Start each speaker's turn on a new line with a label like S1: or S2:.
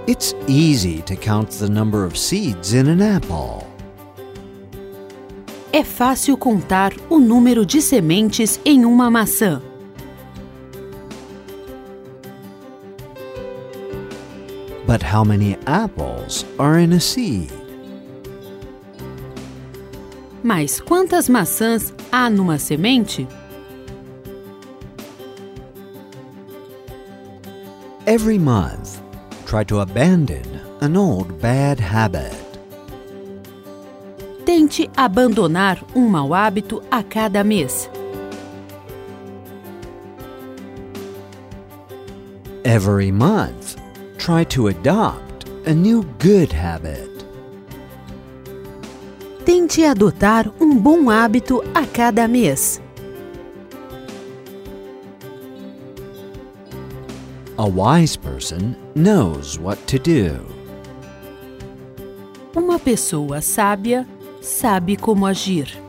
S1: It's easy to count the number of seeds in an apple.
S2: É fácil contar o número de sementes em uma maçã.
S1: But how many apples are in a seed?
S2: Mas quantas maçãs há numa semente?
S1: Every month, try to abandon an old bad habit.
S2: Tente abandonar um mau hábito a cada mês.
S1: Every month, try to adopt a new good habit.
S2: Tente adotar um bom hábito a cada mês.
S1: A wise person knows what to do.
S2: Uma pessoa sábia sabe como agir.